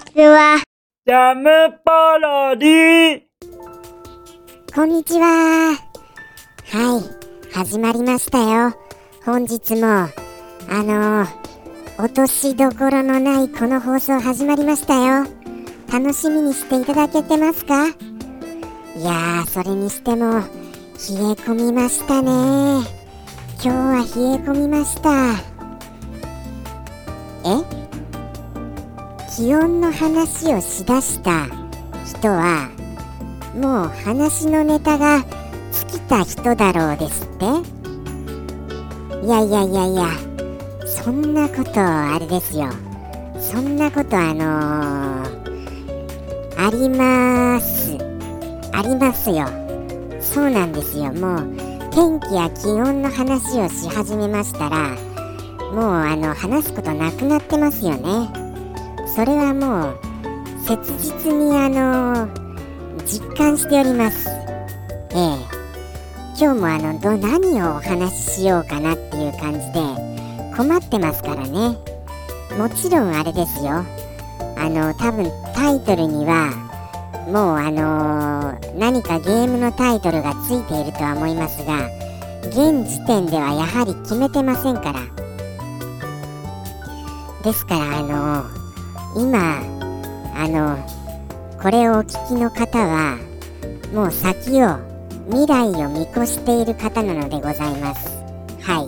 ちは。 ジャムパロディ。 こんにちは。はい、始まりましたよ。本日も落としどころのないこの放送始まりましたよ。楽しみにしていただけてますか？いやー、それにしても冷え込みましたね。今日は冷え込みました。気温の話をしだした人はもう話のネタが尽きた人だろうですって？いや、そんなことあれですよ。そんなことありますよ。そうなんですよ。もう天気や気温の話をし始めましたら、もう話すことなくなってますよね。それはもう切実に実感しております。今日も何をお話ししようかなっていう感じで困ってますからね。もちろんあれですよ。多分タイトルにはもう何かゲームのタイトルがついているとは思いますが、現時点ではやはり決めてませんから。ですから今これをお聞きの方はもう未来を見越している方なのでございます。はい、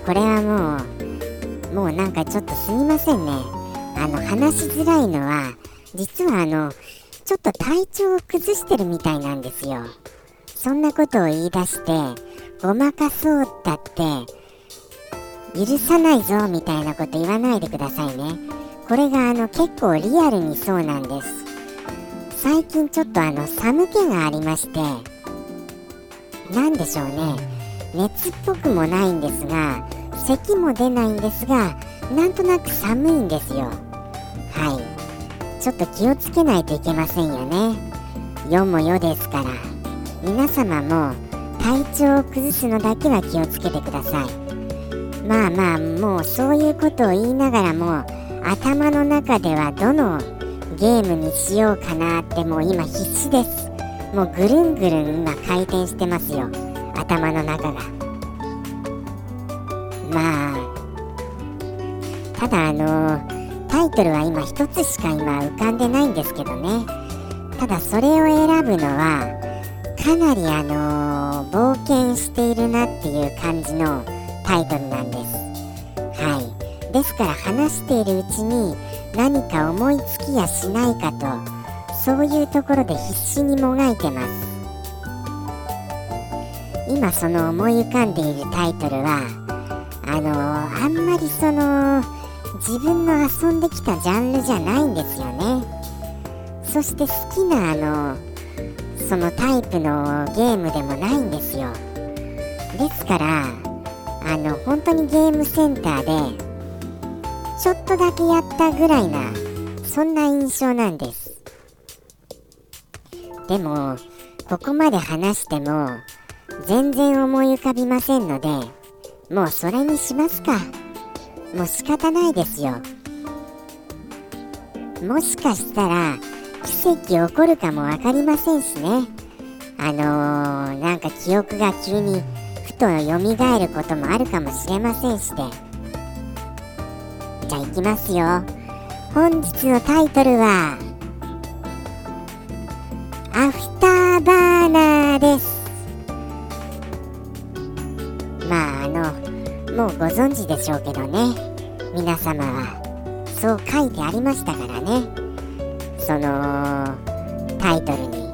これはもうなんかちょっとすみませんね。話しづらいのは実はちょっと体調を崩してるみたいなんですよ。そんなことを言い出してごまかそうったって許さないぞみたいなこと言わないでくださいね。これが結構リアルにそうなんです。最近ちょっと寒気がありまして、なんでしょうね、熱っぽくもないんですが咳も出ないんですが、なんとなく寒いんですよ。はい、ちょっと気をつけないといけませんよね。世も世ですから、皆様も体調を崩すのだけは気をつけてください。まあもうそういうことを言いながらも頭の中ではどのゲームにしようかなってもう今必死です。もうぐるんぐるん今回転してますよ、頭の中が。まあただタイトルは今一つしか今浮かんでないんですけどね。ただそれを選ぶのはかなり冒険しているなっていう感じのタイトルなんです。はい、ですから話しているうちに何か思いつきやしないかと、そういうところで必死にもがいてます。今その思い浮かんでいるタイトルはあんまり自分の遊んできたジャンルじゃないんですよね。そして好きなそのタイプのゲームでもないんですよ。ですから本当にゲームセンターでちょっとだけやったぐらいな、そんな印象なんです。でもここまで話しても全然思い浮かびませんので、もうそれにしますか。もう仕方ないですよ。もしかしたら奇跡起こるかもわかりませんしね。なんか記憶が急にふと蘇ることもあるかもしれませんしで。じゃあいきますよ。本日のタイトルはアフターバーナーです。まあもうご存知でしょうけどね、皆様はそう書いてありましたからね、そのタイトルに。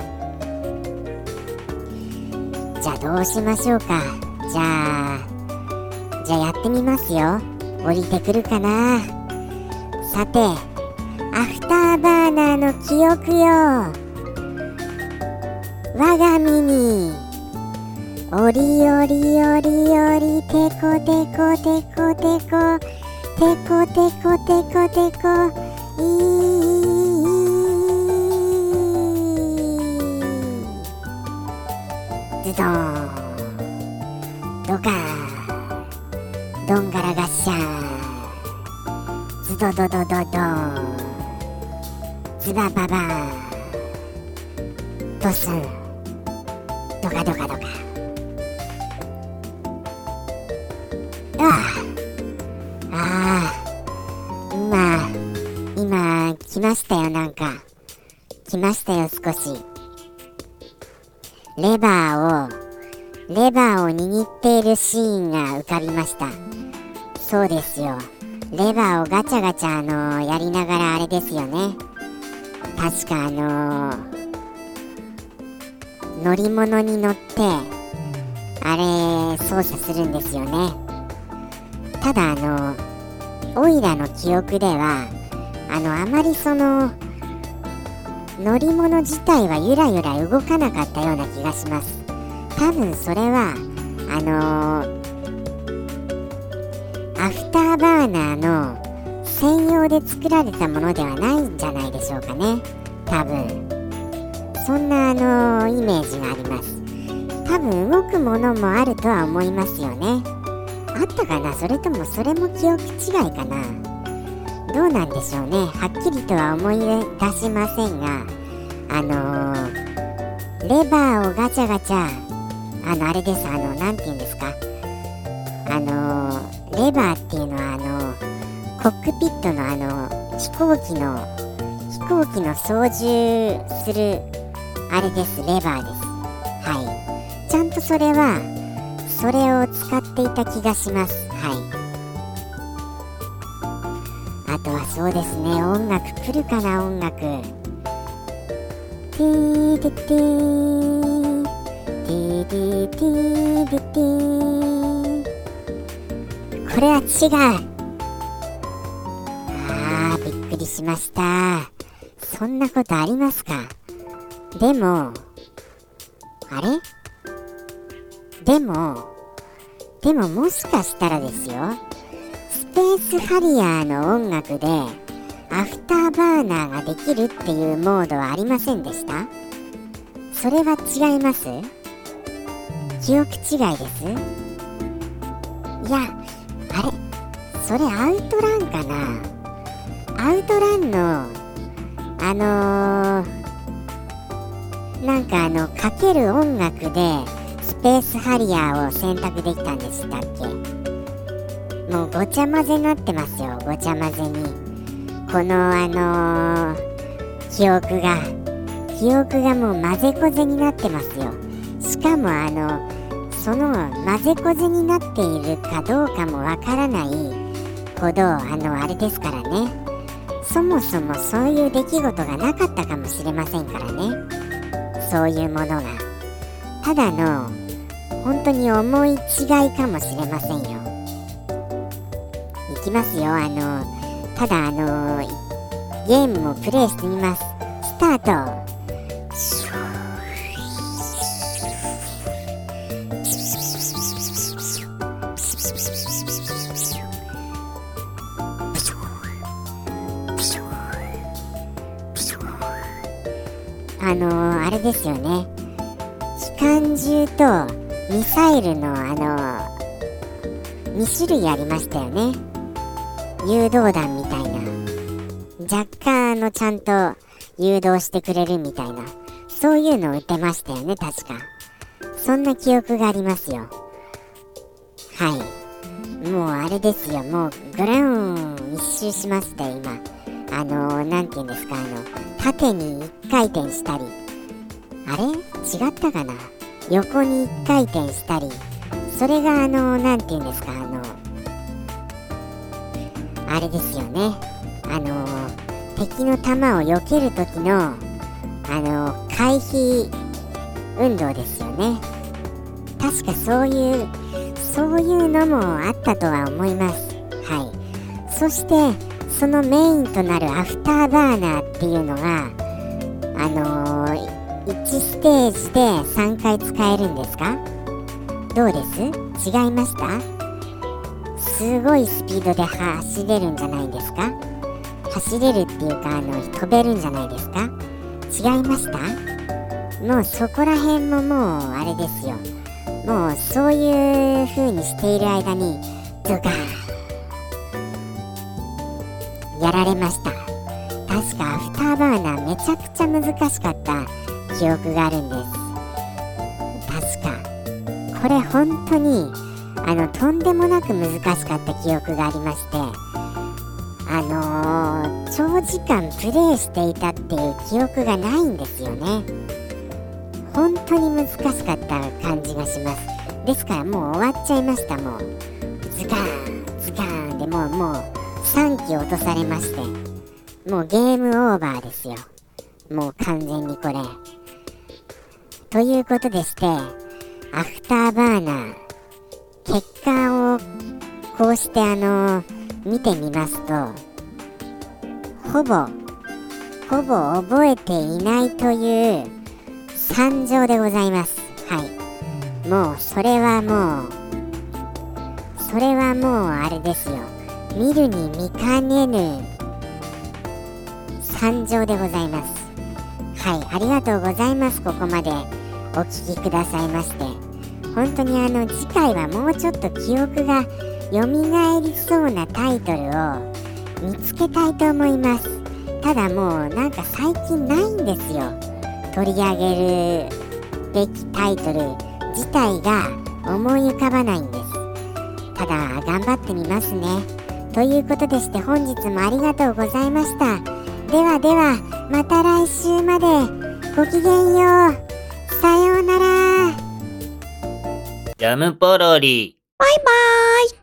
じゃあどうしましょうか。じゃあやってみますよ。降りてくるかな。さて、アフターバーナーの記憶よ、我が身におりおりおりおりてこてこてこてこてこてこてこてこズドーンドカーンドンガラガッシャーズドドドドドーンズバババーン、ドスン、ドカドカドカ。今来ましたよ。来ましたよ。少しレバーを握っているシーンが浮かびました。そうですよ、レバーをガチャガチャやりながらあれですよね。確か乗り物に乗ってあれ操作するんですよね。ただオイラの記憶ではあまり乗り物自体はゆらゆら動かなかったような気がします。多分それはアフターバーナーの専用で作られたものではないんじゃないでしょうかね。多分そんなイメージがあります。多分動くものもあるとは思いますよね。あったかな、それともそれも記憶違いかな。どうなんでしょうね。はっきりとは思い出しませんが、レバーをガチャガチャあれです。なんて言うんですか、レバーっていうのはコックピットの飛行機の操縦するあれです。レバーです。はい、ちゃんとそれを使っていた気がします。はい。あとはそうですね、音楽来るかな。音楽ティーテティーティーティーティーティティー。これは違う。びっくりしました。そんなことありますか。でももしかしたらですよ、スペースハリアーの音楽でアフターバーナーができるっていうモードはありませんでした？それは違います？記憶違いです？いや、あれ、それアウトランかな。アウトランのかける音楽でスペースハリアーを選択できたんでしたっけ。もうごちゃ混ぜになってますよ。ごちゃ混ぜにこの記憶がもう混ぜこぜになってますよ。しかもその混ぜこぜになっているかどうかもわからないほどあれですからね。そもそもそういう出来事がなかったかもしれませんからね。そういうものがただの本当に思い違いかもしれませんよ。いきますよ。ただゲームもプレイしてみます。スタート。あれですよね。機関銃とミサイルの2種類ありましたよね。誘導弾みたいな、若干ちゃんと誘導してくれるみたいな、そういうのを撃ってましたよね。確かそんな記憶がありますよ。はい。もうあれですよ。もうグラウン一周しましたよ今。なんて言うんですか、縦に1回転したり、あれ違ったかな、横に1回転したり、それがなんて言うんですか、あれですよね。敵の弾を避ける時の回避運動ですよね。確かそういうのもあったとは思います。はい。そしてそのメインとなるアフターバーナーっていうのが1ステージで3回使えるんですか？どうです？違いました？すごいスピードで走れるんじゃないですか？走れるっていうか飛べるんじゃないですか？違いました？もうそこら辺ももうあれですよ。もうそういう風にしている間にドカーンやられました。 確かアフターバーナーめちゃくちゃ難しかった記憶があるんです。確かこれ本当にとんでもなく難しかった記憶がありまして、長時間プレイしていたっていう記憶がないんですよね。本当に難しかった感じがします。ですからもう終わっちゃいました。もうズガーンズガーンでもう3機落とされまして、もうゲームオーバーですよ。もう完全にこれということでして、アフターバーナー結果をこうして見てみますと、ほぼ覚えていないという惨状でございます。はい、もうそれはもうあれですよ、見るに見かねぬ惨状でございます。はい、ありがとうございます。ここまでお聞きくださいまして、本当に次回はもうちょっと記憶が蘇りそうなタイトルを見つけたいと思います。ただもうなんか最近ないんですよ、取り上げるべきタイトル自体が思い浮かばないんです。ただ頑張ってみますね。ということでして本日もありがとうございました。ではではまた来週までごきげんよう。さようなら。 ジャムポロリ。 バイバーイ。